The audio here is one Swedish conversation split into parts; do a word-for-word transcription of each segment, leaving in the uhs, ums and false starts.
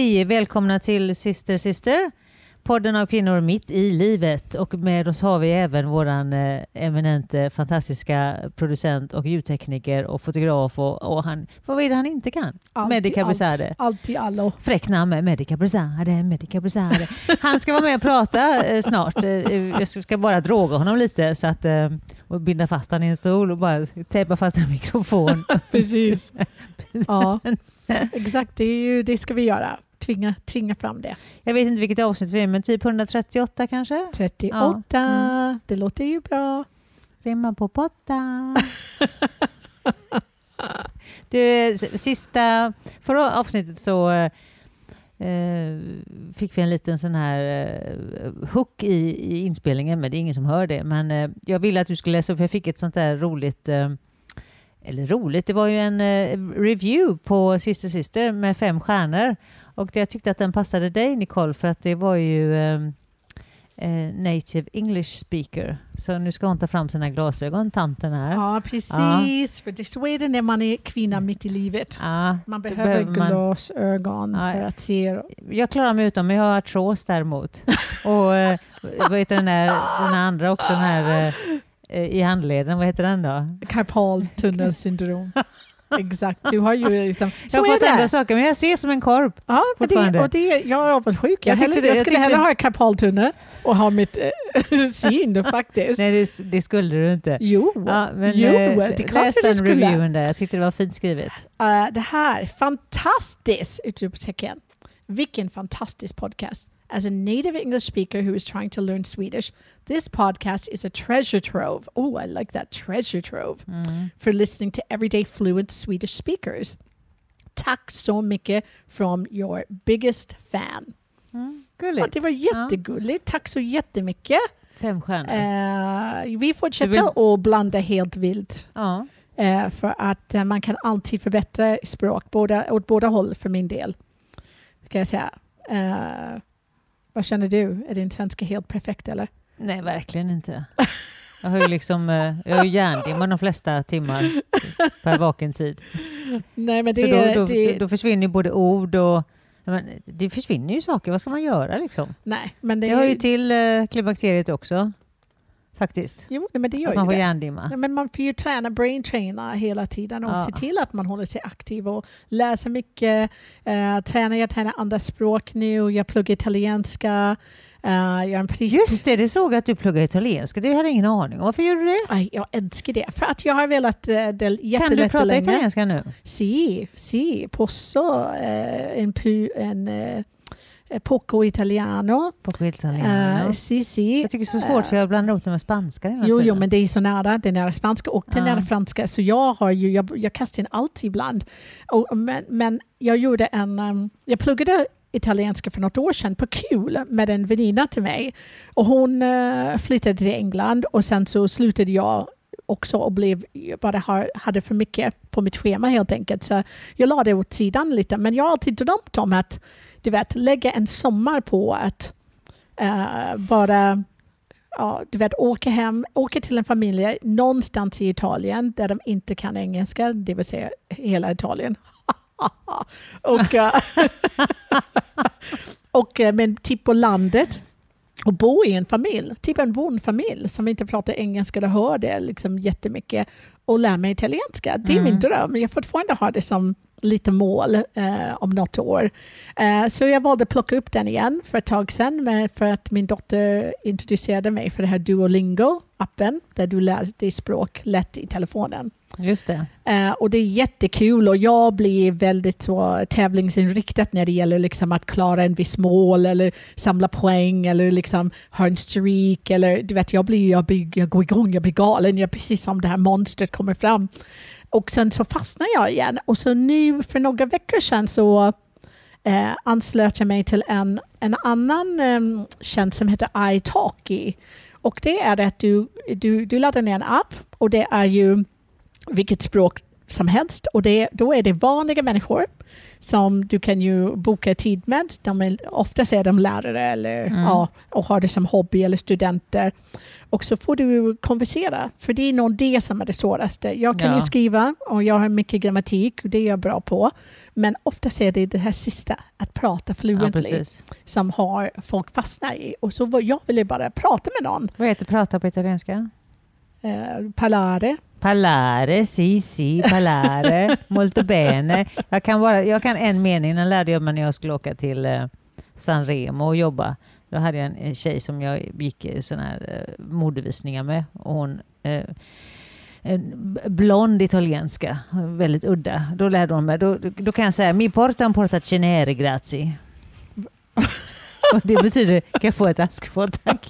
Hej, välkomna till Sister Sister, podden av kvinnor mitt i livet. Och med oss har vi även våran eh, eminente, fantastiska producent och ljudtekniker och fotograf. Och, och han, vad är det han inte kan? Medica Brizade. Alltid allo. Fräck namn, Medica Brizade, Medica Brizade. Han ska vara med och prata eh, snart. Eh, jag ska bara droga honom lite så att, eh, och binda fast han i en stol och bara tejpa fast en mikrofon. Precis. Ja, exakt. Det, är ju, det ska vi göra. Tvinga, tvinga fram det. Jag vet inte vilket avsnitt vi är, men typ hundratrettioåtta kanske? trettioåtta. Ja. Mm. Det låter ju bra. Rimma på potta. Det sista, förra avsnittet så eh, fick vi en liten sån här eh, hook i, i inspelningen, men det är ingen som hör det. Men eh, jag ville att du skulle läsa upp, jag fick ett sånt där roligt... Eh, Eller roligt, det var ju en eh, review på Sister Sister med fem stjärnor. Och jag tyckte att den passade dig, Nicole, för att det var ju eh, eh, native English speaker. Så nu ska hon ta fram sina glasögon, tanten här. Ja, precis. Ja. För det är så är det när man är kvinna mitt i livet. Ja, man behöver, behöver glasögon man... för ja. att se. Jag klarar mig utan, men jag har artros däremot. Och eh, vad heter den, här, den här andra också, den här... Eh, i handleden, vad heter den då? Karpaltunnelsyndrom. Exakt, du har ju liksom... Så jag har fått andra saker, men jag ser som en korp. Ja, men det, och det, jag är avundsjuk. Jag, jag, jag, jag skulle hellre ha en karpaltunnel och ha mitt äh, syn faktiskt. Nej, det, det skulle du inte. Jo, ja, men, jo äh, det är klart läs den reviewen där. Jag tyckte det var fint skrivet. Uh, det här, fantastiskt utropstecken. Vilken fantastisk podcast. As a native English speaker who is trying to learn Swedish, this podcast is a treasure trove. Oh, I like that, treasure trove. Mm. For listening to everyday fluent Swedish speakers. Tack så mycket from your biggest fan. Mm, gulligt. Ja, det var jättegulligt. Ja. Tack så jättemycket. Fem stjärnor. Uh, vi fortsätter vill... att blanda helt vilt. Ja. Uh, för att uh, man kan alltid förbättra språk båda, åt båda håll för min del. Ska jag säga. Uh, Vad känner du? Är din svenska helt perfekt eller? Nej, verkligen inte. Jag har ju liksom jag har ju hjärndimma de flesta timmar per vaken tid. Nej, men det, så då, då, det... då, då försvinner ju både ord och men, det försvinner ju saker. Vad ska man göra liksom? Nej, men det jag har ju till uh, klimakteriet också. Faktiskt. Jo, men det gör att man ju får det. hjärndimma. Ja, men man får ju träna, brain traina hela tiden och ja. se till att man håller sig aktiv och läser mycket. Uh, träna, jag tränar andra språk nu. Jag pluggar italienska. Uh, jag är en precis... Just det, det såg att du pluggar italienska. Det hade jag ingen aning om. Varför gör du det? Ay, jag älskar det. För att jag har velat uh, det jättelätt. Kan du prata länge. italienska nu? Si, si. Posso uh, en... Pu, en uh, Poco italiano. Poco italiano. Uh, si, si. Jag tycker det är så svårt för jag blandar ihop det med spanska. Jo, tiden. jo, men det är så nära. Det är nära spanska och det är nära franska. Så jag har ju, jag, jag kastar in allt ibland. Och, men, men jag gjorde en, um, jag pluggade italienska för något år sedan på kul med en väninna till mig. Och hon uh, flyttade till England och sen så slutade jag också och blev, bara har, hade för mycket på mitt schema helt enkelt. Så jag la det åt sidan lite. Men jag har alltid drömt om att du vet, lägga en sommar på att uh, bara ja, du vet, åka hem, åka till en familj någonstans i Italien där de inte kan engelska, det vill säga hela Italien. och uh, och uh, men typ på landet och bo i en familj, typ en bondfamilj som inte pratar engelska eller hör det liksom jättemycket och lär mig italienska. Det är mm. min dröm. Jag fortfarande har det som lite mål eh, om något år. Eh, så jag valde att plocka upp den igen för ett tag sedan med, för att min dotter introducerade mig för det här Duolingo-appen där du lär dig språk lätt i telefonen. Just det. Uh, och det är jättekul och jag blir väldigt så tävlingsinriktat när det gäller liksom att klara en viss mål eller samla poäng eller liksom ha en streak eller du vet jag blir jag, blir, jag går igång, jag blir galen, jag precis som det här monstret kommer fram och sen så fastnar jag igen och så nu för några veckor sedan så uh, anslöt jag mig till en, en annan um, tjänst som heter italki och det är att du, du, du laddar ner en app och det är ju vilket språk som helst och det, då är det vanliga människor som du kan ju boka tid med. De är, oftast är de lärare eller, mm. ja, och har det som hobby eller studenter. Och så får du konversera. För det är nog det som är det svåraste. Jag kan ja. ju skriva och jag har mycket grammatik och det är jag bra på. Men oftast är det det här sista, att prata fluently, Ja, som har folk fastnat i. Och så var jag ville bara prata med någon. Vad heter prata på italienska? Uh, parlare. Parlare, si, si, parlare, molto bene. Jag kan, bara, jag kan en mening, den lärde jag mig när jag skulle åka till eh, Sanremo och jobba. Då hade jag en tjej som jag gick såna här eh, modevisningar med. Och hon, eh, en blond italienska, väldigt udda. Då lärde hon mig, då, då kan jag säga, mi porta un portacenere, grazie. Och det betyder, kan jag få ett askfat, tack.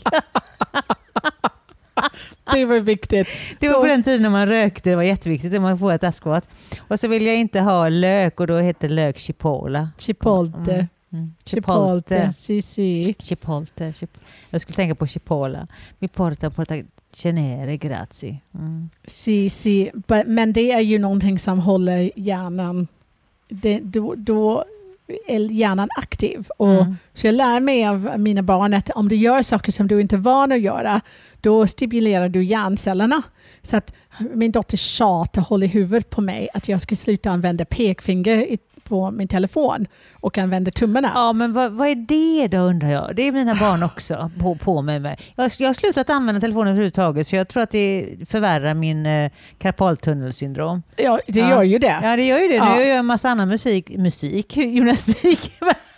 Det var viktigt. Det var på den tiden när man rökte, det var jätteviktigt att man får ett askfat. Och så vill jag inte ha lök, och då heter lök chipola. Chipolte. Mm. Mm. Chipolte, si si. Chipolte. Chip- jag skulle tänka på chipola. Mi porta porta cenere, grazie. Mm. Si si. Men det är ju någonting som håller hjärnan, det, då, då är hjärnan aktiv. Och Mm. så jag lär mig av mina barn att om du gör saker som du inte är van att göra, då stimulerar du hjärncellerna. Så att min dotter tjatar och håller i huvudet på mig att jag ska sluta använda pekfinger i, på min telefon och använda tummarna. Ja, men vad, vad är det då, undrar jag? Det är mina barn också på, på med mig. Jag, jag har slutat använda telefonen överhuvudtaget, för jag tror att det förvärrar min eh, karpaltunnelsyndrom. Ja, det Ja. gör ju det. Ja, det gör ju det. Ja. Nu gör jag en massa annan musik, musik, gymnastik.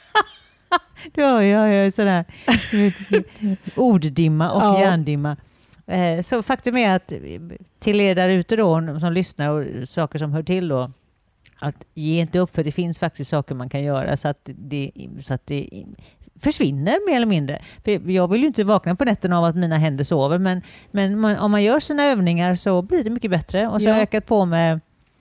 Då har jag, jag sådär orddimma och Ja. hjärndimma. Eh, så faktum är att till er där ute då, som lyssnar och saker som hör till då, att ge inte upp, för det finns faktiskt saker man kan göra så att det, så att det försvinner mer eller mindre. För jag vill ju inte vakna på nätterna av att mina händer sover, men, men man, om man gör sina övningar så blir det mycket bättre. Och så Ja. har jag ökat på med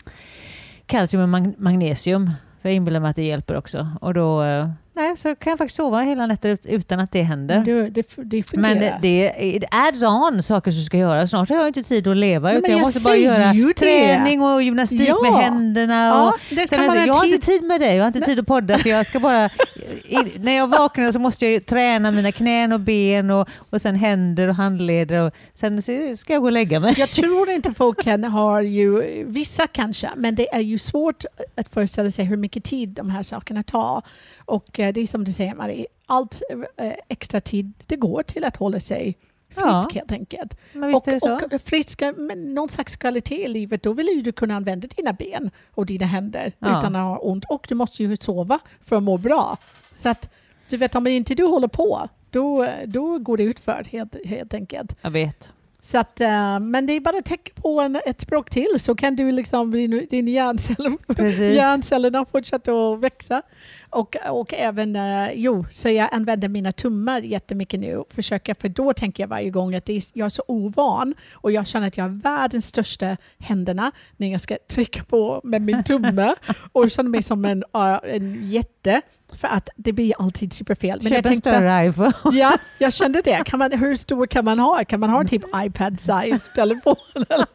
kalcium och mag- magnesium. För jag inbillar mig att det hjälper också. Och då nej, så kan jag faktiskt sova hela nätter ut, utan att det händer. Det, det, det fungerar. Men det, det, det adds on saker som ska göra. Snart har jag inte tid att leva. Nej, utan jag jag måste bara säger göra ju det. träning och gymnastik Ja. med händerna. Och, Ja, det sen kan alltså, man jag ha har inte tid- tid med det. Jag har inte tid att podda, för jag ska bara... I, när jag vaknar så måste jag ju träna mina knän och ben och, och sen händer och handleder. Och sen så ska jag gå och lägga mig. Jag tror inte folk kan ha ju, vissa kanske, men det är ju svårt att föreställa sig hur mycket tid de här sakerna tar. Och eh, det är som du säger, Marie, allt eh, extra tid, det går till att hålla sig frisk Ja. helt enkelt. Men visst är det så. Och, och friska, men någon slags kvalitet i livet, då vill ju du kunna använda dina ben och dina händer Ja. utan att ha ont. Och du måste ju sova för att må bra. Så att, du vet, om inte du håller på, då, då går det utför helt, helt enkelt. Jag vet. Så att, uh, men det är bara att täcka på en, ett språk till, så kan du liksom, din, din hjärnceller, Precis. hjärncellerna fortsätta att växa. Och, och även, uh, jo, så jag använder mina tummar jättemycket nu. Försöker, för då tänker jag varje gång att det är, jag är så ovan och jag känner att jag har världens största händerna när jag ska trycka på med min tumme och känner mig som en, uh, en jätte. För att det blir alltid superfel. Men Köp jag en tänkte, större iPhone. ja, jag kände det. Kan man, hur stor kan man ha? Kan man ha typ iPad-size telefon? Eller?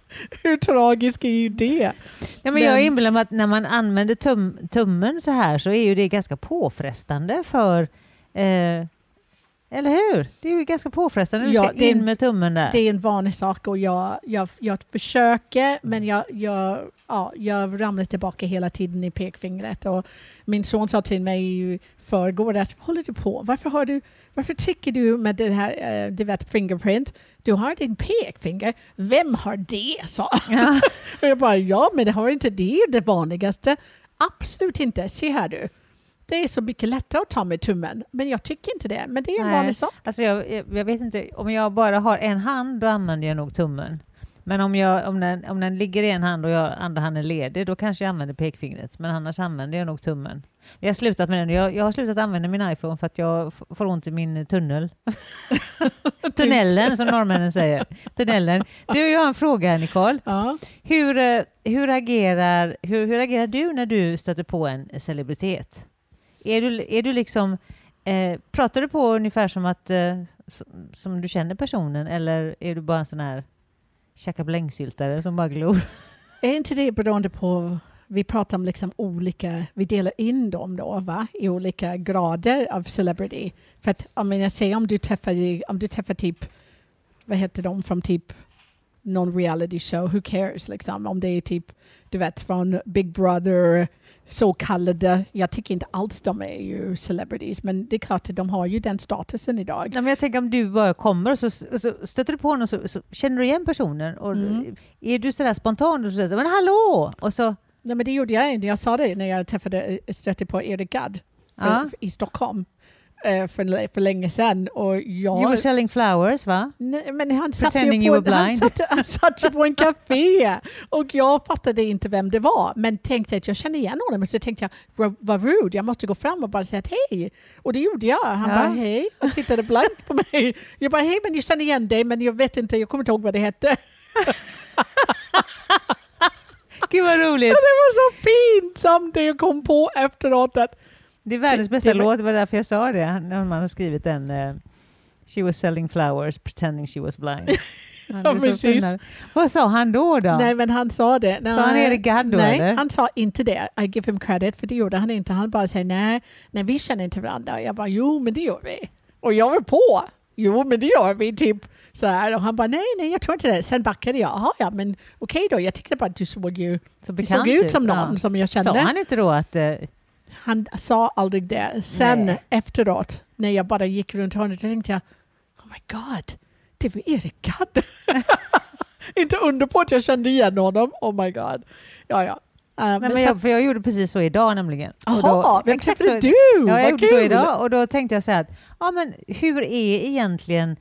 Hur tragiskt är ju det? Ja, men jag inbillar mig att när man använder tum, tummen så här så är ju det ganska påfrestande för... Eh, eller hur? Det är ju ganska påfrestande. Du Ja, ska det är en- in med tummen där. Det är en vanlig sak och jag, jag, jag försöker, men jag, jag, ja, jag ramlar tillbaka hela tiden i pekfingret. Och min son sa till mig i förrgår att, håller du på? Varför, har du, varför trycker du med det här, uh, du vet, fingerprint? Du har din pekfinger. Vem har det? Så. Ja. Och jag bara, ja, men det har inte, det är det vanligaste. Absolut inte. Se här du. Det är så mycket lättare att ta med tummen. Men jag tycker inte det. Men det är en Nej. vanlig sak. Alltså jag, jag jag vet inte, om jag bara har en hand då använder jag nog tummen. Men om, jag, om, den, om den ligger i en hand och jag, andra handen är ledig, då kanske jag använder pekfingret. Men annars använder jag nog tummen. Jag har slutat med den. Jag, jag har slutat använda min iPhone för att jag f- får ont i min tunnel. Tunnelen, som norrmännen säger. Tunnelen. Du, jag har en fråga här, Nicole. Ja. Hur, eh, hur, agerar, hur, hur agerar du när du stöter på en celebritet? Är du, är du liksom... Eh, pratar du på ungefär som att eh, som, som du känner personen, eller är du bara en sån här tjackablängsyltare som bara glor? Är inte det beroende på, vi pratar om liksom olika, vi delar in dem då, va? I olika grader av celebrity. För att om jag säger om du träffar, om du träffar typ, vad heter de från typ någon reality show, who cares liksom, om det är typ, du vet, från Big Brother, så kallade, jag tycker inte alls de är ju celebrities, men det är klart att de har ju den statusen idag. Ja, men jag tänker om du bara kommer och så, och så stöter du på honom och så, så känner du igen personen och mm. är du sådär spontan och så säger men hallå! Och så... Nej, men det gjorde jag inte. Jag sa det när jag träffade, stötte på Erik Gadd ja. i Stockholm för, för länge sedan. Och jag... You were selling flowers, va? Nej, men han satt ju på, han satt, han satt ju på en café och jag fattade inte vem det var, men tänkte att jag kände igen honom, och så tänkte jag, vad, vad rude, jag måste gå fram och bara säga hej, och det gjorde jag. Han ja. bara hej och tittade blankt på mig. Jag bara hej, men jag känner igen dig, men jag vet inte, jag kommer inte ihåg vad det hette. Gud vad roligt. Ja, det var så pinsamt det jag kom på efteråt. Att det är världens bästa det, det, låt, det var därför jag sa det. När man har skrivit den uh, She was selling flowers pretending she was blind. Ja, precis. Vad sa han då då? Nej, men han sa det. Nej, sa han Erik Gadd då? Nej, eller? Han sa inte det. I give him credit, för det gjorde han inte. Han bara säger nej, nej, vi känner inte varandra. Jag bara, jo, men det gör vi. Och jag var på. Jo, men det gör vi, typ. Så här, och han bara, nej, nej, jag tror inte det. Sen backade jag. Aha, ja, men okej okay då. Jag tyckte bara att du såg ju så du såg ut som någon ja. som jag kände. Sa han inte då att... Uh... Han sa aldrig det. Sen nej. efteråt, när jag bara gick runt hörnet, tänkte jag, oh my god, det var Erik Gadd. Inte under på att jag kände igen honom. Oh my god. Ja, ja. Uh, nej, men jag, för jag gjorde precis så idag nämligen. Jaha, vem exakt så du? Ja, jag Vad gjorde kul. så idag och då tänkte jag så här att, ja men hur är egentligen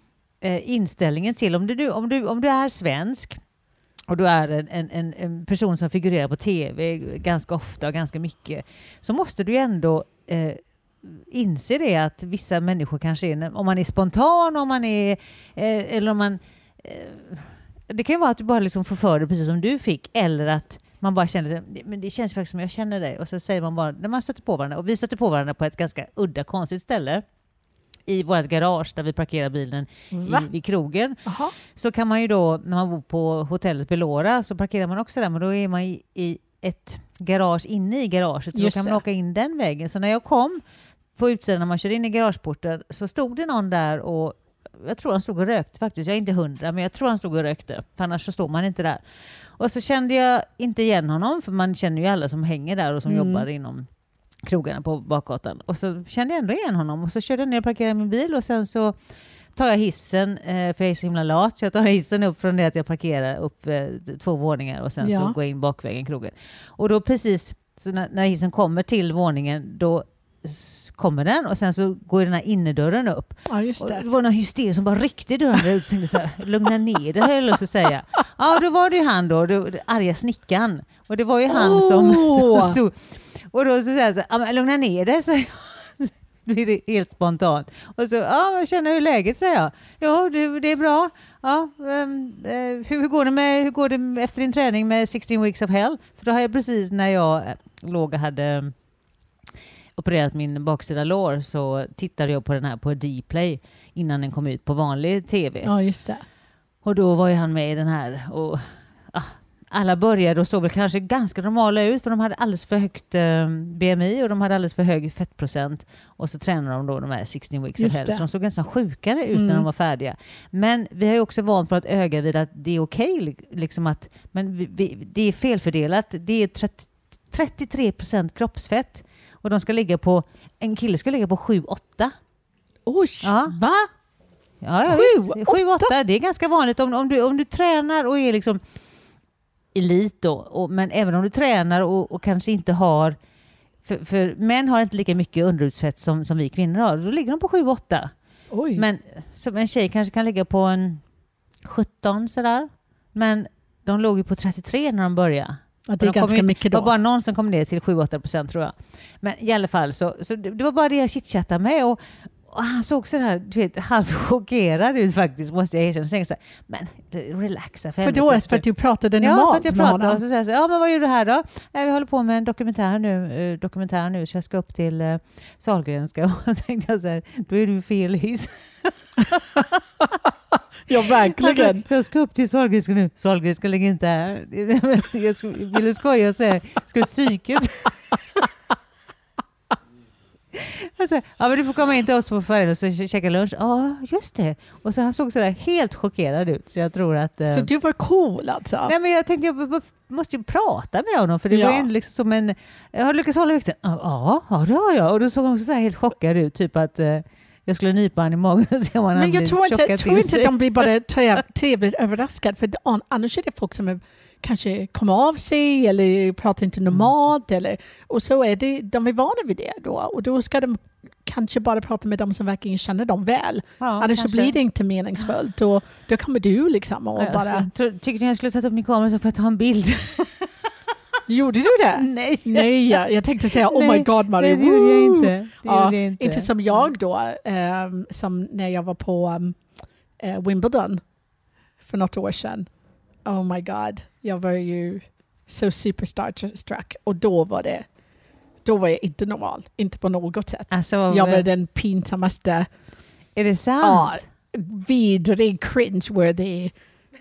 eh, inställningen till om du, om, du, om du är svensk och du är en, en, en person som figurerar på tv ganska ofta och ganska mycket, så måste du ändå eh, inse det att vissa människor kanske är, om man är spontan, om man är eh, eller om man eh, det kan ju vara att du bara liksom får för det precis som du fick, eller att man bara känner sig, men det känns faktiskt som jag känner dig, och så säger man bara, när man stöter på varandra, och vi stöter på varandra på ett ganska udda, konstigt ställe i vårt garage där vi parkerar bilen i, vid krogen. Aha. Så kan man ju då, när man bor på hotellet Belora, så parkerar man också där, men då är man i, i ett garage inne i garaget, så då kan man åka in den vägen. Så när jag kom på utsidan, när man kör in i garageporten, så stod det någon där, och jag tror han stod och rökte faktiskt. Jag är inte hundra, men jag tror han stod och rökte. För annars så står man inte där. Och så kände jag inte igen honom, för man känner ju alla som hänger där och som mm. jobbar inom krogarna på bakgatan. Och så kände jag ändå igen honom. Och så körde jag ner och parkerade min bil, och sen så tar jag hissen, för jag är så himla lat. Så jag tar hissen upp från det att jag parkerar upp två våningar, och sen ja. så går jag in bakvägen krogen. Och då precis så när, när hissen kommer till våningen, då kommer den, och sen så går den här innerdörren upp. Ja, just det. Och det var någon hyster som bara ryckte dörren där ut, och tänkte så här, lugna ner det, har jag lust att säga. Ja, då var det ju han då, det, det arga snickan. Och det var ju han oh. som, som stod. Och då så säger jag så här, ja, men lugna ner det, så då blir det helt spontant. Och så, ja, jag känner hur läget, säger jag. Ja, det, det är bra. Ja, um, uh, hur, hur, går det med, hur går det efter din träning med sixteen weeks of hell? För då har jag precis, när jag låg och hade opererat min baksida lår, så tittade jag på den här på Dplay innan den kom ut på vanlig tv. Ja, just det. Och då var ju han med i den här, och ah, alla började och såg väl kanske ganska normala ut, för de hade alldeles för högt eh, B M I och de hade alldeles för hög fettprocent, och så tränade de då de här sixteen weeks of hell, så de såg ganska sjukare ut mm. när de var färdiga. Men vi har ju också vant för att öga vid att det är okej okay, liksom att, men vi, vi, det är felfördelat, det är trettio, trettiotre procent kroppsfett. Och de ska ligga på, en kille ska ligga på sju åtta. Oj, ja. Va? Ja, ja sju åtta, det är ganska vanligt om, om, du, om du tränar och är liksom elit då. Och, men även om du tränar och, och kanske inte har, för, för män har inte lika mycket underhudsfett som, som vi kvinnor har. Då ligger de på sju åtta. Oj. Men som en tjej kanske kan ligga på en sjutton sådär. Men de låg ju på trettiotre när de började. Ja, det är de ganska ju, mycket då. Det var bara någon som kom ner till sju åtta procent tror jag. Men i alla fall så, så det, det var bara det jag chitchattade med, och, och han såg så här, du vet, halvt chockerad ut faktiskt, måste jag erkänna. Så jag tänkte så här, men relaxa. För, för då för att du pratade normalt. Ja, för att jag pratade, och så säger jag så här, ja men vad gör du här då? Ja, vi håller på med en dokumentär nu, eh, dokumentär nu så jag ska upp till eh, Sahlgrenska, och då tänkte jag så här, då är du fel his. Ja, verkligen. Alltså, jag ska upp till Sahlgrenska nu. Sahlgrenska ligger inte här. Jag ville skoja och säga, ska du psyket? Alltså, ja, men du får komma in till oss på föräldrarna och så käka lunch. Ja, just det. Och så han såg sådär helt chockerad ut. Så jag tror att... Eh... Så du var cool alltså? Nej, men jag tänkte jag måste ju prata med honom. För det ja. var ju liksom som en... Jag har lyckats hålla högt. Ja, ja, det har jag. Och då såg han också så här helt chockad ut. Typ att... Eh... jag skulle nypa han i magen och se om han Men jag tror inte, jag tror inte att de blir bara trev, trevligt överraskade. För annars är det folk som är, kanske kommer av sig eller pratar inte normalt. Mm. Eller, och så är det, de är vana vid det då. Och då ska de kanske bara prata med dem som verkligen känner dem väl. Ja, annars så blir det inte meningsfullt. Och då kommer du liksom och ja, bara... Alltså, tycker ni jag skulle sätta upp min kamera så får jag ta en bild? Gjorde du det? Nej. Nej, jag, jag tänkte säga oh nej, my god Marie. Nej, det gjorde jag inte. Det ja, gjorde jag inte. Inte som jag då, um, som när jag var på um, uh, Wimbledon för något år sedan. Oh my god, jag var ju så superstarstruck. Och då var det, då var jag inte normal, inte på något sätt. Alltså, jag var den pinsammaste. Är det sant? Ja, vidrig, cringe-worthy.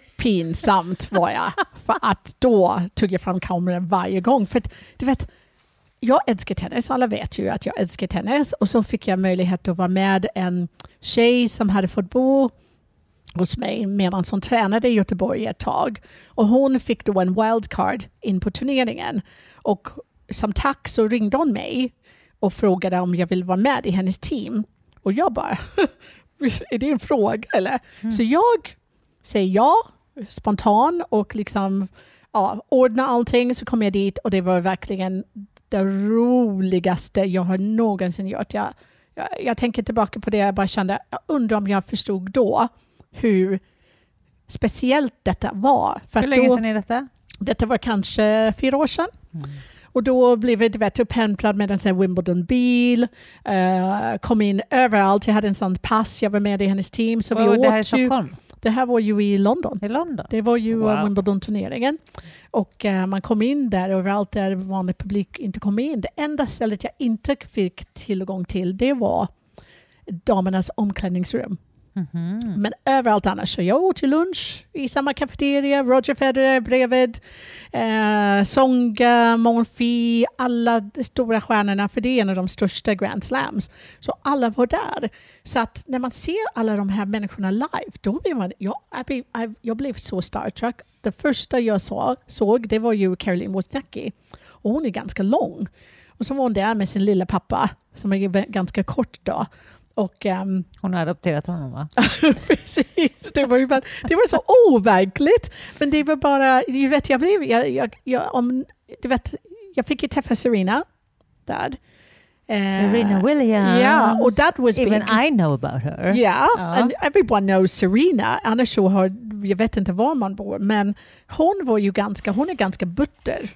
Pinsamt var jag. För att då tog jag fram kameran varje gång. För att, du vet, jag älskar tennis. Alla vet ju att jag älskar tennis. Och så fick jag möjlighet att vara med en tjej som hade fått bo hos mig medan hon tränade i Göteborg ett tag. Och hon fick då en wildcard in på turneringen. Och som tack så ringde hon mig och frågade om jag ville vara med i hennes team. Och jag bara, är det en fråga eller? Mm. Så jag säger ja. Spontan och liksom ja, ordna allting, så kom jag dit och det var verkligen det roligaste jag har någonsin gjort. Jag, jag, jag tänker tillbaka på det, jag bara kände, jag undrar om jag förstod då hur speciellt detta var. För hur länge då, sedan är detta? Detta var kanske fyra år sedan. Mm. Och då blev jag, du vet, upphämtad med en sån Wimbledon-bil. Uh, kom in överallt. Jag hade en sån pass. Jag var med i hennes team. Så och vi det här i Stockholm? Ju, det här var ju i London. I London? Det var ju wow. Wimbledon-turneringen. Och uh, man kom in där överallt där vanlig publik inte kom in. Det enda stället jag inte fick tillgång till, det var damernas omklädningsrum. Mm-hmm. Men överallt annars. Så jag åt till lunch i samma kafeteria. Roger Federer bredvid. Eh, Songa, Monfils, alla stora stjärnorna. För det är en av de största Grand Slams. Så alla var där. Så att när man ser alla de här människorna live, då blir man... Jag, jag, jag, jag blev så starstruck. Det första jag så, såg, det var ju Caroline Wozniacki. Och hon är ganska lång. Och så var hon där med sin lilla pappa, som är ganska kort då. Och, um, hon har adopterat honom, va? Precis, det var, ju bara, det var så overkligt. Men det var bara, du vet, jag blev, jag, jag, jag, om, du vet, jag fick ju träffa Serena där. Uh, Serena Williams. Yeah, och that was even big. I know about her. Yeah, uh. and everyone knows Serena. Annars så har, jag vet inte var man bor, men hon var ju ganska, hon är ganska butter.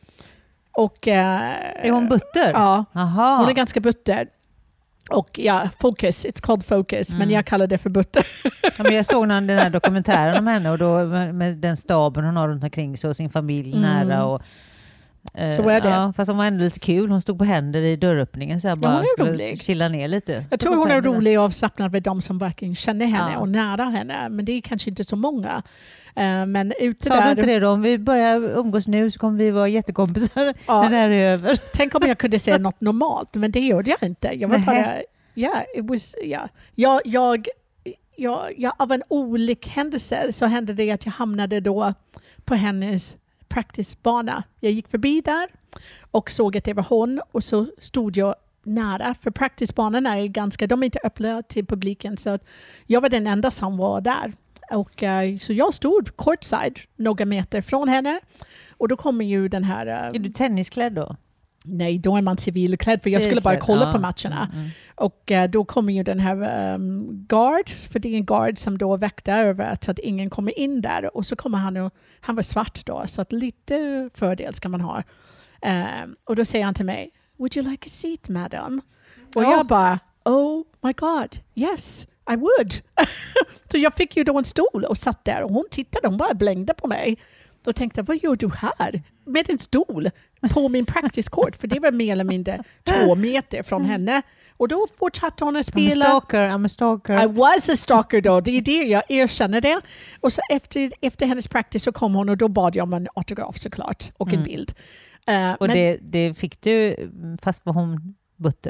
Och, uh, är hon butter? Ja, aha. Hon är ganska butter. Och ja, Focus, it's called Focus, mm. men jag kallar det för butter. Ja, men jag såg någon, den här dokumentären om henne och då med, med den staben hon har runt omkring sig och sin familj mm. nära. Och, eh, så är det. Ja, fast hon var ändå lite kul. Hon stod på händer i dörröppningen så här, bara ja, skulle chilla ner lite. Jag tror hon är rolig och avslappnad med de som verkligen känner henne ja. och nära henne. Men det är kanske inte så många. Uh, men ute Sa där... du inte det då? Om vi börjar umgås nu så kommer vi vara jättekompisar ja. när det här är över. Tänk om jag kunde säga något normalt, men det gjorde jag inte. Jag var bara... Yeah, it was, yeah. jag, jag, jag, jag, av en olyck händelse så hände det att jag hamnade då på hennes practicebana. Jag gick förbi där och såg att det var hon och så stod jag nära. För practicebanorna är ganska, de är inte öppna till publiken så att jag var den enda som var där. Och, uh, så jag stod courtside några meter från henne och då kommer ju den här... Uh, är du tennisklädd då? Nej, då är man civilklädd för jag skulle bara kolla ja. på matcherna. Mm, mm. Och uh, då kommer ju den här um, guard, för det är en guard som då väktar över så att ingen kommer in där. Och så kommer han och han var svart då, så att lite fördel ska man ha. Um, och då säger han till mig, would you like a seat, madam? Och oh. jag bara, oh my god, yes, I would. Så jag fick ju då en stol och satt där och hon tittade, hon bara blängde på mig. Då tänkte jag, vad gör du här? Med en stol på min practice court. För det var mer eller mindre två meter från henne. Och då fortsatte hon att spela. I'm a stalker, I'm a stalker. I was a stalker då. Det är det, jag erkänner det. Och så efter, efter hennes practice så kom hon och då bad jag om en autograf såklart. Och en mm. bild. Uh, och men, det, det fick du fast var hon butter?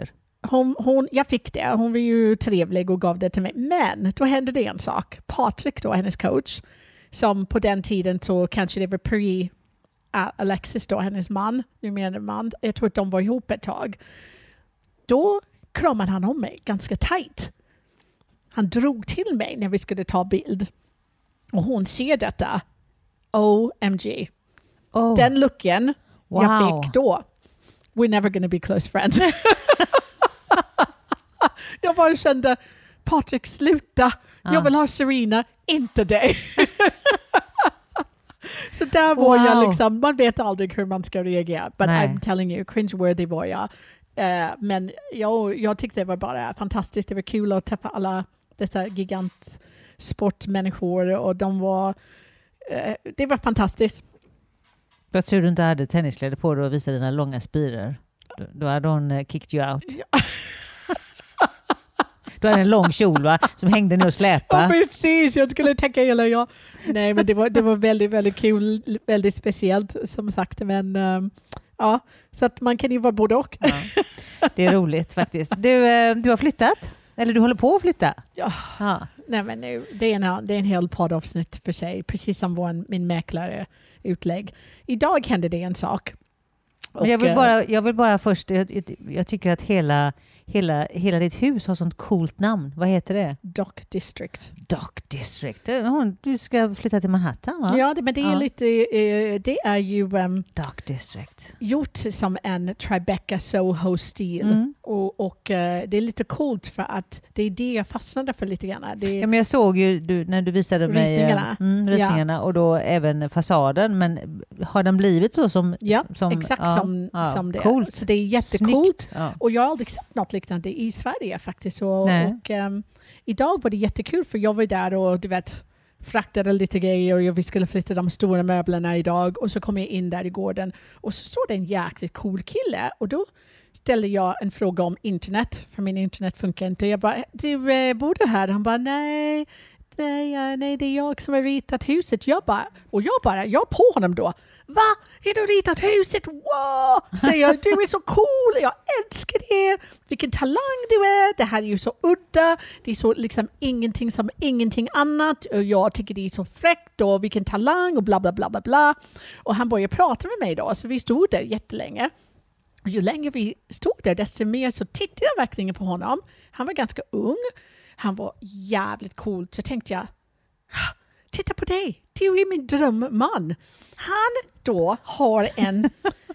hon, hon, jag fick det. Hon var ju trevlig och gav det till mig. Men då hände det en sak. Patrik då, hennes coach, som på den tiden så kanske det var pre Alexis då, hennes man, numera man. Jag tror att de var ihop ett tag. Då kramade han om mig ganska tajt. Han drog till mig när vi skulle ta bild. Och hon ser detta. O M G. Oh. Den looken wow. jag fick då. We're never gonna be close friends. Jag bara kände, Patrik, sluta. Ah. Jag vill ha Serena, inte dig. Så där var wow. jag liksom, man vet aldrig hur man ska reagera. But Nej. I'm telling you, cringe-worthy var jag. Uh, men jag, jag tyckte det var bara fantastiskt. Det var kul att träffa alla dessa gigantsportmänniskor. Och de var, uh, det var fantastiskt. Jag tror du inte hade tenniskläder på dig och visade dina långa spiror. Då, då hade hon uh, kicked you out. Ja. Du hade en lång kjol, va? Som hängde ner och släpade. Ja, precis. Jag skulle tänka hela jag. Nej, men det var, det var väldigt, väldigt kul. Väldigt speciellt, som sagt. Men um, ja, så att man kan ju vara både och. Ja, det är roligt faktiskt. Du, uh, du har flyttat? Eller du håller på att flytta? Ja. ja. Nej, men nu, det, är en, det är en hel poddavsnitt för sig. Precis som vår, min mäklare utlägg. Idag hände det en sak. Men jag, vill bara, jag vill bara först, jag, jag tycker att hela, hela, hela ditt hus har sånt coolt namn. Vad heter det? Dock District. Dock District. Du ska flytta till Manhattan, va? Ja, det, men det är ja. lite, det är ju um, Dock District. Gjort som en Tribeca Soho-stil. Mm. Och, och uh, det är lite coolt för att det är det jag fastnade för lite grann. Det är ja, men jag såg ju du, när du visade mig ritningarna, mm, ritningarna ja. och då även fasaden. Men har den blivit så som... Ja, som, exakt ja, som, ja, som det coolt. Så det är jättecoolt. Ja. Och jag har aldrig sett något liknande i Sverige faktiskt. Och, och um, idag var det jättekul för jag var där och du vet fraktade lite grejer och vi skulle flytta de stora möblerna idag. Och så kom jag in där i gården och så står det en jäkligt cool kille. Och då ställde jag en fråga om internet, för min internet funkar inte. Jag bara, du eh, bor du här? Han bara, nej, nej, nej, det är jag som har ritat huset. Jag bara, och jag bara, jag på honom då. Va? Har du ritat huset? Wow! Säger jag, du är så cool, jag älskar det. Vilken talang du är. Det här är ju så udda. Det är så liksom ingenting som ingenting annat. Och jag tycker det är så fräckt och vilken talang och bla bla bla bla bla. Och han började prata med mig då, så vi stod där jättelänge. Och ju längre vi stod där, desto mer så tittade jag verkligen på honom. Han var ganska ung. Han var jävligt cool. Så tänkte jag, titta på dig. Du är min drömman. Han då har en,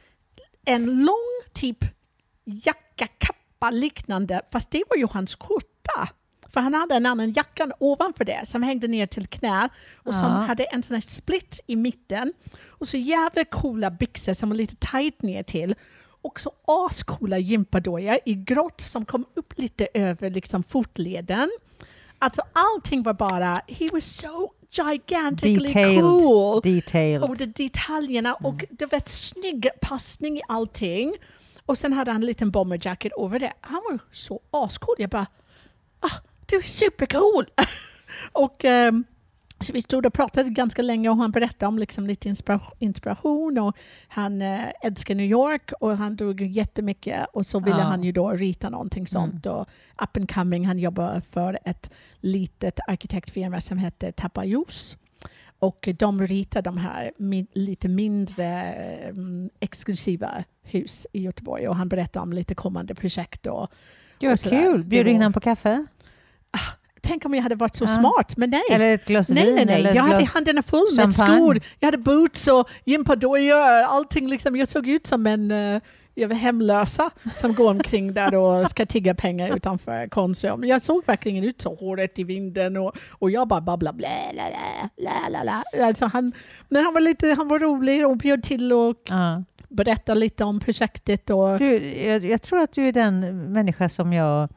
en lång typ jacka, kappa liknande. Fast det var ju hans skjorta. För han hade en annan jacka ovanför det som hängde ner till knä. Och som ja. hade en sån här split i mitten. Och så jävla coola byxor som var lite tight ner till. Och så ascoola gympadojor i grått som kom upp lite över liksom fotleden. Alltså allting var bara, he was so gigantically Detailed. cool. Detailed. Och de detaljerna och mm. det var ett snygg passning i allting. Och sen hade han en liten bomberjacket över det. Han var så ascool. Jag bara, ah, du är supercool. och um, så vi stod och pratade ganska länge och han berättade om liksom lite inspira- inspiration och han äh, älskar New York och han drog jättemycket och så ville ja. han ju då rita någonting sånt mm. och up and coming, han jobbar för ett litet arkitektfirma som heter Tapajos och de ritar de här min- lite mindre um, exklusiva hus i Göteborg och han berättade om lite kommande projekt och, det var kul, bjöd du in honom på kaffe? Ah, tänk om jag hade varit så ja. smart, men nej. Eller ett glas nej, vin. Nej, nej, eller jag hade glas händerna full med skor. Jag hade boots och gympadojor. Allting liksom. Jag såg ut som en uh, jag var hemlösa som går omkring där och ska tigga pengar utanför Konsum. Jag såg verkligen ut så håret i vinden och, och jag bara babbla bla bla bla bla. Alltså han, men han var lite, han var rolig och bjöd till och ja. berättade lite om projektet. Och du, jag, jag tror att du är den människa som jag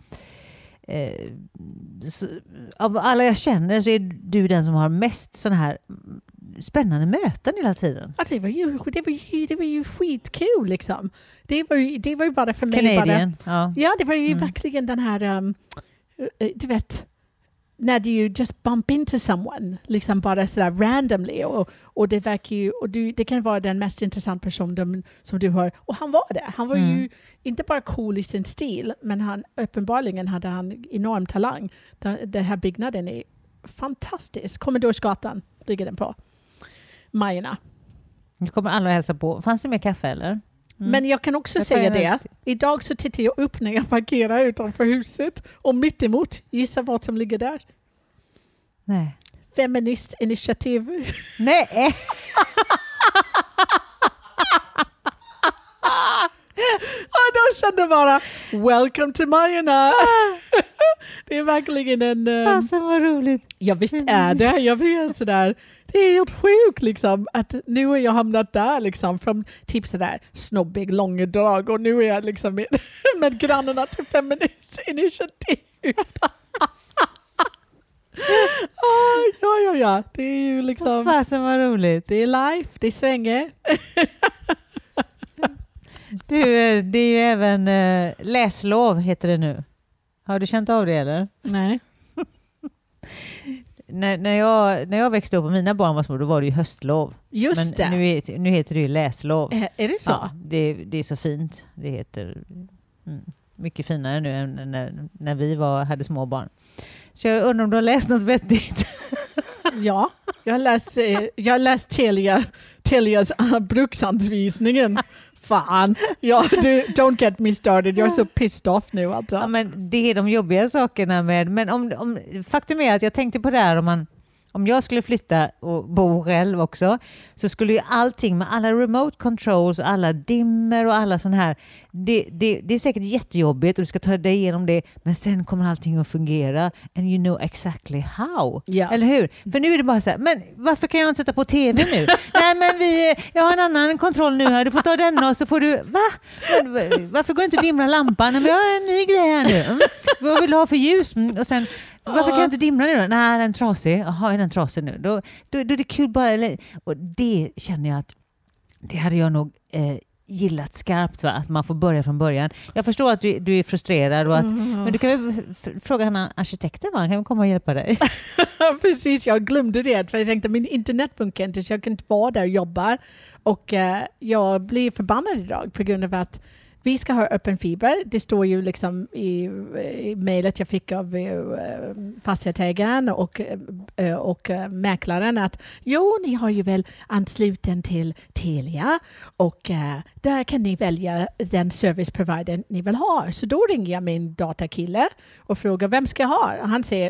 Eh, så, av alla jag känner så är du den som har mest sån här spännande möten hela tiden. Ja, det var ju, det var ju, det var ju skitkul liksom. Det var ju, det var ju bara för mig Canadian, bara, ja. ja, det var ju mm. verkligen den här um, du vet när du just bump into someone, liksom bara sådär randomly, och, och det verkar ju, och du, det kan vara den mest intressanta personen som du har, och han var det. Han var mm. ju inte bara cool i sin stil, men han uppenbarligen hade han enorm talang. Den, den här byggnaden är fantastisk. Kommedorsgatan ligger den på. Majorna. Nu kommer alla att hälsa på. Fanns det mer kaffe eller? Mm. Men jag kan också jag säga det. Idag så tittar jag upp när jag parkerar utanför huset, och mitt emot, gissa vad som ligger där. Nej. Feministinitiativ. Nej. Och då kände jag bara, welcome to Majorna. Det är verkligen en... Um, alltså vad roligt. Ja visst är det. Jag blir sådär, det är helt sjukt liksom, att nu har jag hamnat där liksom, från typ sådär snobbig långedrag, och nu är jag liksom med, med grannarna till Feministinitiativ. ah, ja, ja, ja. Det är ju liksom... Fasen vad roligt. Det är life, det är svänge. Du, det är ju även äh, läslov heter det nu. Har du känt av det eller? Nej. när, när, jag, när jag växte upp och mina barn var små, då var det ju höstlov. Just Men det. Nu, är, nu heter det ju läslov. Är, är det så? Ja, det, det är så fint. Det heter mm, mycket finare nu än när, när vi var, hade små barn. Så jag undrar om du har läst något vettigt? Ja, jag har läst, jag har läst Telia, Telias uh, bruksanvisningen. Fan, ja, du, don't get me started. Jag är så pissed off nu. Alltså. Ja, men det är de jobbiga sakerna med... Men om, om, faktum är att jag tänkte på det här om man... Om jag skulle flytta och bo själv också, så skulle ju allting med alla remote controls, alla dimmer och alla sån här, det, det, det är säkert jättejobbigt och du ska ta dig igenom det, men sen kommer allting att fungera and you know exactly how. Ja. Eller hur? För nu är det bara så här, men varför kan jag inte sätta på tv nu? Nej men vi, jag har en annan kontroll nu här, du får ta den och så får du, va? Men, varför går det inte att dimra lampan? Men jag har en ny grej här nu. Mm. Vad vill du ha för ljus? Mm. Och sen varför kan jag inte dimra nu då? Nej, den är trasig. Jaha, är den trasig nu? Då, då, då är det kul bara. Eller, och det känner jag att det hade jag nog eh, gillat skarpt. Va? Att man får börja från början. Jag förstår att du, du är frustrerad. Och att, mm. Men du kan väl f- fråga han arkitekten, va? Han kan väl komma och hjälpa dig. Precis, jag glömde det. För jag tänkte att min internet funkar inte, så jag kan inte vara där och jobba. Och eh, jag blir förbannad idag på grund av att vi ska ha öppen fiber. Det står ju liksom i, i mejlet jag fick av uh, fastighetsägaren och, uh, och uh, mäklaren att jo, ni har ju väl ansluten till Telia och uh, där kan ni välja den service provider ni vill ha. Så då ringer jag min datakille och frågar vem ska jag ha? Han säger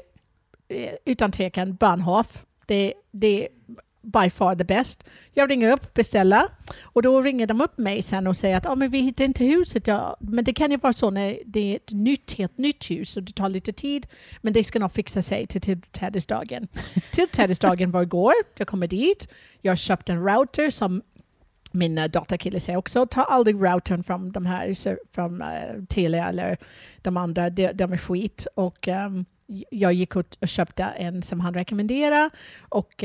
utan tvekan Bahnhof. Det, det by far the best. Jag ringer upp, beställa och då ringer de upp mig sen och säger att ah, men vi hittar inte huset. Ja, men det kan ju vara så när det är ett nytt, helt nytt hus och det tar lite tid, men det ska nog fixa sig till tillträdesdagen. Tillträdesdagen var igår. Jag kommer dit. Jag köpte en router som min uh, datakille säger också. Ta aldrig routern från de här från uh, Telia eller de andra. De, de är skit och um, jag gick och köpte en som han rekommenderade och uh,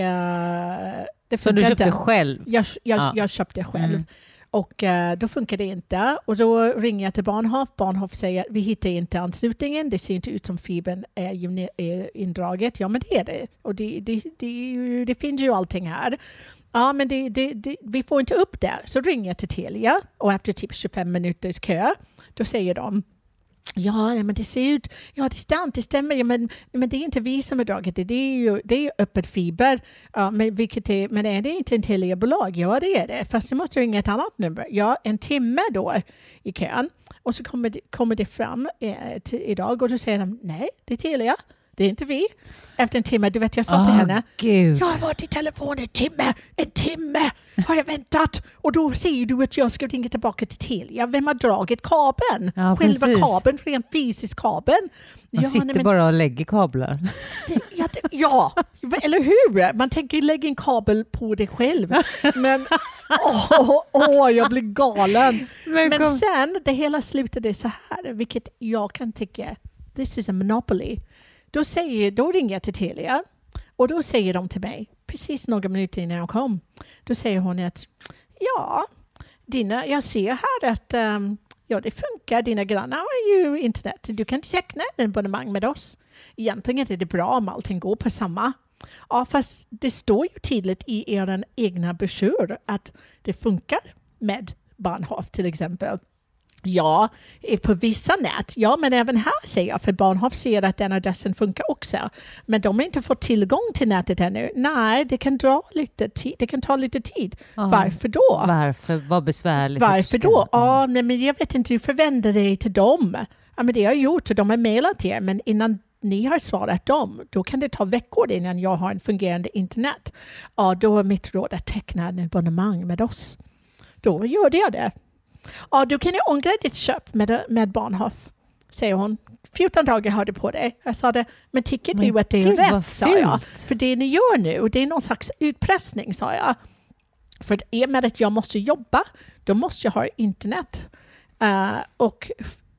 det så du köpte inte. själv? Jag, jag, ja. jag köpte själv. Mm. Och uh, då funkar det inte. Och då ringer jag till Bahnhof. Bahnhof säger vi hittar inte anslutningen. Det ser inte ut som fibern är, är indraget. Ja, men det är det. Och det, det, det, det finns ju allting här. Ja, men det, det, det, vi får inte upp där. Så ringer jag till Telia och efter typ tjugofem minuters kö, då säger de ja, men det ser ut, ja det stämmer, det stämmer, ja, men, men det är inte vi som har dragit det, det är ju det är öppet fiber, ja, men, vilket är, men är det inte en Telia-bolag? Ja det är det, fast du måste ringa ett annat nummer. Ja, en timme då i kön och så kommer det, kommer det fram eh, till idag och då säger de, nej det är Telia, det är inte vi. Efter en timme, du vet jag sa till oh, henne, Gud. jag har varit i telefon en timme, en timme har jag väntat och då säger du att jag ska ringa tillbaka till Telia. Vem har dragit kabeln? Ja, Själva precis. kabeln, rent fysisk kabeln. Man ja, sitter nej, men, bara och lägger kablar. det, ja, det, ja, eller hur? Man tänker lägga en kabel på dig själv. Men åh, åh, jag blir galen. Men, men sen, det hela slutade så här, vilket jag kan tycka, this is a monopoly. Då, säger, då ringer jag till Telia och då säger de till mig, precis några minuter innan jag kom, då säger hon att ja, dina, jag ser här att um, Ja, det funkar. Dina grannar har ju internet. Du kan teckna en abonnemang med oss. Egentligen är det bra om allting går på samma. Ja, fast det står ju tydligt i er egna broschyr att det funkar med Bahnhof till exempel. Ja, på vissa nät. Ja, men även här säger jag, för Bahnhof ser att den adressen funkar också. Men de har inte fått tillgång till nätet ännu. Nej, det kan dra lite tid. Det kan ta lite tid. Aha. Varför då? Varför? Vad besvärligt. Varför då? Ja, mm. men jag vet inte, du förvänder dig till dem. Ja, men det har jag gjort och de har mejlat er. Men innan ni har svarat dem, då kan det ta veckor innan jag har en fungerande internet. Ja, då är mitt råd att teckna en abonnemang med oss. Då gör jag det. Ja, du kan ju ångra ditt köp med, med Bahnhof, säger hon. fjorton dagar har du på dig. Jag sa det, men tycker men du att det är Gud, rätt, sa jag. För det ni gör nu, det är någon slags utpressning, sa jag. För att i och med att jag måste jobba, då måste jag ha internet. Uh, och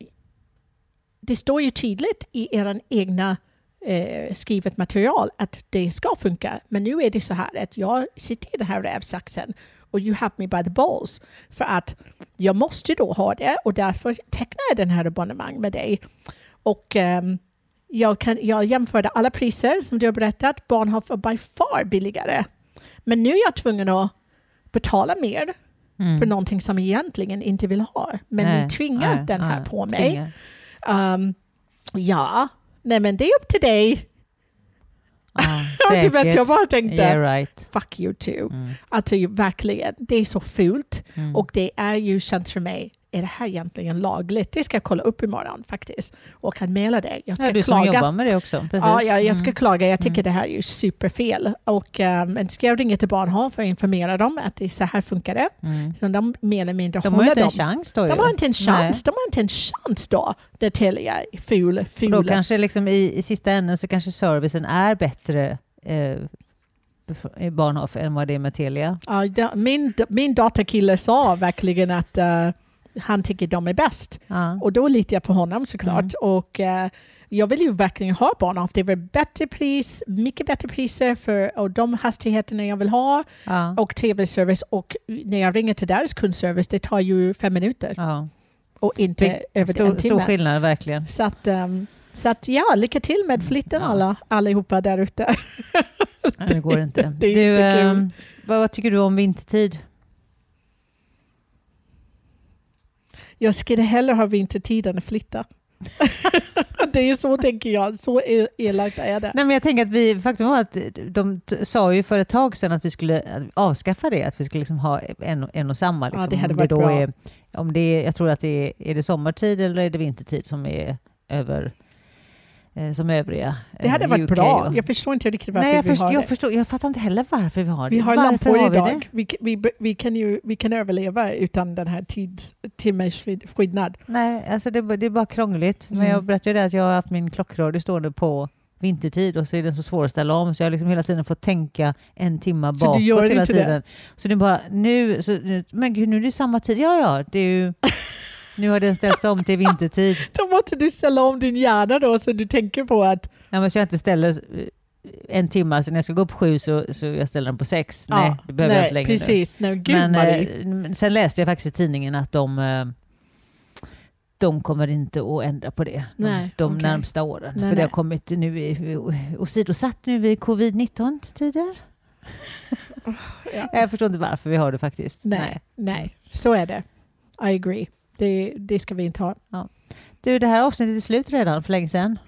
det står ju tydligt i er egna eh, skrivet material att det ska funka. Men nu är det så här att jag sitter i den här rävsaxen och you have me by the balls. För att jag måste då ha det och därför tecknar jag den här abonnemang med dig. Och um, jag, kan, jag jämförde alla priser som du har berättat. Bahnhof är by far billigare. Men nu är jag tvungen att betala mer mm. för någonting som jag egentligen inte vill ha. Men nej, ni tvingar nej, den här nej, på mig. Um, ja, nej men det är upp till dig. Ah, du vet, jag bara tänkte, yeah, right. fuck you too. Mm. Alltså verkligen, det är så fult. Mm. Och det är ju känt för mig, är det här egentligen lagligt? Det ska jag kolla upp imorgon faktiskt. Och kan mejla dig. Jag ska ja, du klaga. som jobbar med det också. Precis. Ja, ja, jag ska mm. klaga. Jag tycker mm. det här är ju superfel. Och um, ska jag ringa till Bahnhof för att informera dem att det så här funkar det. Mm. Så de mer eller mindre de har inte en chans då. De har inte en chans. De har inte en chans då. Det Telia är ful. ful. Då kanske liksom i, i sista änden så kanske servicen är bättre eh, i Bahnhof än vad det är med Telia. Ja, da, min, min datakille sa verkligen att uh, han tycker de är bäst. Ja. Och då litar jag på honom såklart. Mm. Och uh, jag vill ju verkligen ha Bahnhof. Det är bättre pris, mycket bättre priser för och de hastigheterna jag vill ha. Ja. Och trevlig service. Och när jag ringer till deras kundservice, det tar ju fem minuter. Ja. Och inte det, över stor, en timme. Stor skillnad, verkligen. Så att, um, så att ja, lycka till med flytten ja. alla, allihopa där ute. Ja, det går inte. Det, du, det um, vad, vad tycker du om vintertid? Jag skulle hellre ha vintertid än att flytta. Det är så tänker jag. Så elakt är det. Nej, men jag tänker att vi, faktum var att de t- sa ju för ett tag sedan att vi skulle avskaffa det. Att vi skulle liksom ha en, en och samma. Liksom. Ja, det hade om varit det då bra. Är, om det är, jag tror att det är, är det sommartid eller är det vintertid som är över... som övriga. Det hade varit U K bra. Och... Jag förstår inte riktigt varför Nej, jag vi förstår, har jag det. Förstår, jag fattar inte heller varför vi har det. Vi har varför lampor har idag. Vi, vi, vi, vi, kan ju, vi kan överleva utan den här tids, timmars skillnad. Nej, alltså det, det är bara krångligt. Mm. Men jag berättade att jag har haft min klockradio stående på vintertid och så är den så svår att ställa om så jag har liksom hela tiden fått tänka en timma bakåt så du gör hela tiden. Det? Så det är bara nu, så, men gud, nu är det samma tid. Ja, ja, det är ju... Nu har den ställts om till vintertid. Då måste du ställa om din hjärna då så du tänker på att... Ja, men så jag inte ställer en timme, så när jag ska gå upp sju så, så jag ställer den på sex. Ja, nej, det behöver nej, jag inte längre precis. nu. No, gud, men eh, sen läste jag faktiskt i tidningen att de, de kommer inte att ändra på det nej, de, de okay. närmsta åren. Nej, För det nej. har kommit nu och sidosatt nu i covid nitton-tider. Ja. Jag förstår inte varför vi har det faktiskt. Nej, nej. nej. Så är det. I agree. Det, det ska vi inte ha. Ja. Du, det här avsnittet är slut redan för länge sedan.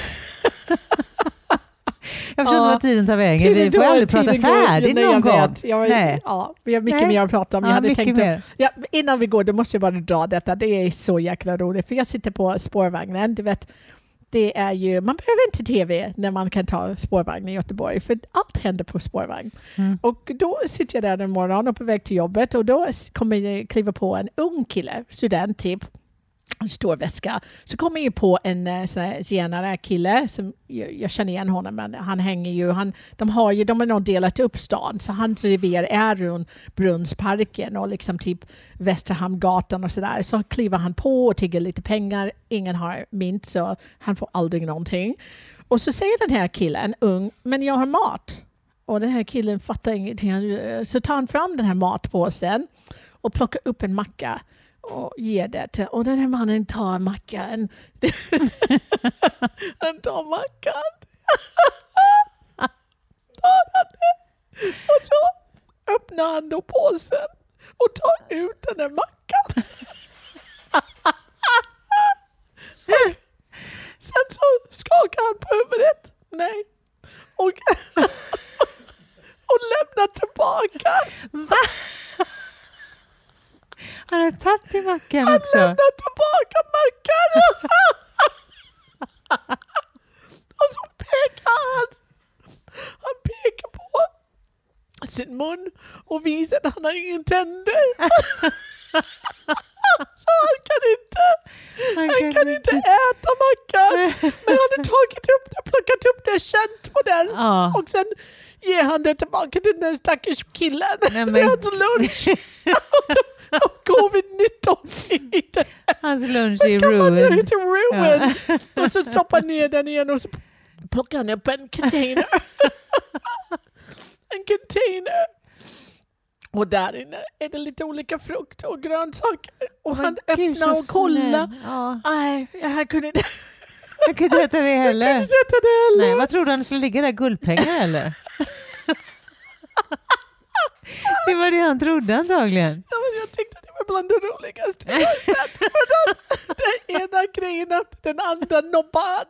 Jag förstår ja, inte vad tiden tar vägen. Vi får aldrig prata färdigt någon gång. Jag, nej. Ja, vi har mycket nej. mer att prata om. Jag ja, hade tänkt att, ja, innan vi går, då måste jag bara dra detta. Det är så jäkla roligt. För jag sitter på spårvagnen. Du vet, det är ju, man behöver inte tv när man kan ta spårvagn i Göteborg. För allt händer på spårvagn. Mm. Och då sitter jag där en morgon och på väg till jobbet. Och då kommer jag kliva på en ung kille, student typ. En stor väska. Så kommer jag på en zigenare kille som jag, jag känner igen honom, men han hänger ju, han, de har ju, de har nog delat upp stan, så hans revir är runt Brunnsparken och liksom typ Västerhamngatan och sådär. Så kliver han på och tigger lite pengar. Ingen har mynt, så han får aldrig någonting. Och så säger den här killen, ung, men jag har mat. Och den här killen fattar ingenting. Så tar han fram den här matpåsen och plockar upp en macka. och ger det till. Och den här mannen tar mackan. Han tar mackan. Tar han det. Och så öppnar han då påsen och tar ut den där mackan. Sen så skakar han på huvudet. Nej. Och, och lämnar tillbaka. Va? Han har tagit till mackan Han också. Han lämnar tillbaka mackan. Och så pekar han. Han pekar på sin mun och visar att han har ingen tänder. Så han kan inte han, han kan, kan inte äta mackan. Men han har tagit upp det, plockat upp det, känt på den. Ja. Och sen ger han det tillbaka till den där stackars killen. Nej, men... Det är hans lunch. Och covid nitton tid. Hans lunch är ruined. ruined. ruined. Ja. Och så stoppar ner den igen och så plockar han upp en container. En container. Och där inne är det lite olika frukt och grönsaker. Och han öppnar och kollar. Ja. Nej, jag kunde inte... Jag kunde inte äta det heller. Jag kunde inte äta det heller. Nej, vad trodde han skulle ligga där? Guldpengar eller? Det var det han trodde antagligen. Ja, men jag tyckte det var bland det roligaste jag har sett. Den ena grejen efter den andra nobbar.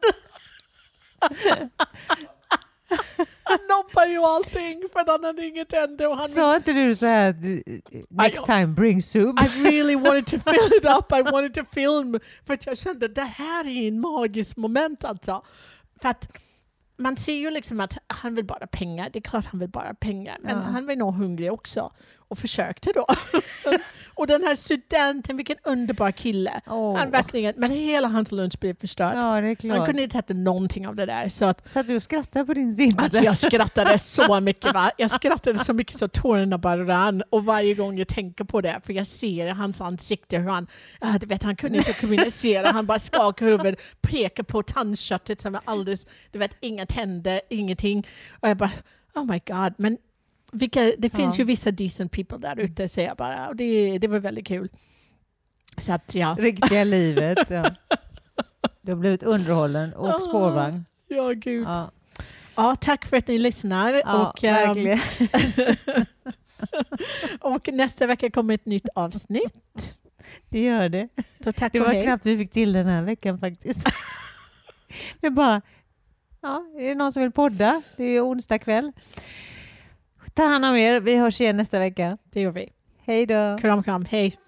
Han nobbar ju allting för han hade inget ände. Och han sa inte du så här next I, time bring soup? I really wanted to fill it up. I wanted to film. För att jag kände det här är en magisk moment alltså. För att man ser ju liksom att han vill bara pengar. Det är klart han vill bara pengar. Men ja. Han var nog hungrig också. Och försökte då. Och den här studenten, vilken underbar kille. Oh. Han verkligen, men hela hans lunch blev förstörd. Ja, det är klart. Han kunde inte äta någonting av det där. Så, att, så att du skrattade på din sida. Alltså jag skrattade så mycket. Va? Jag skrattade så mycket så tårarna bara rann. Och varje gång jag tänker på det. För jag ser hans ansikte. Hur han, äh, du vet, han kunde inte kommunicera. Han bara skakar huvudet. Pekar på tandköttet som är alldeles, du vet, inga tänder, ingenting. Och jag bara, oh my god. Men vilka, det finns ja. ju vissa decent people där ute, säger jag bara. Och det, det var väldigt kul. Så att, ja. Riktiga livet, ja. Du har blivit underhållen och oh, spårvagn. Ja, gud. Ja. Ja, tack för att ni lyssnar. Ja, och, verkligen. Um, och nästa vecka kommer ett nytt avsnitt. Det gör det. Så tack det var hej. knappt vi fick till den här veckan faktiskt. Vi bara, ja, är det någon som vill podda? Det är onsdag kväll. Ta hand om er. Vi hörs igen nästa vecka. Det gör vi. Hej då. Kram, kram. Hej.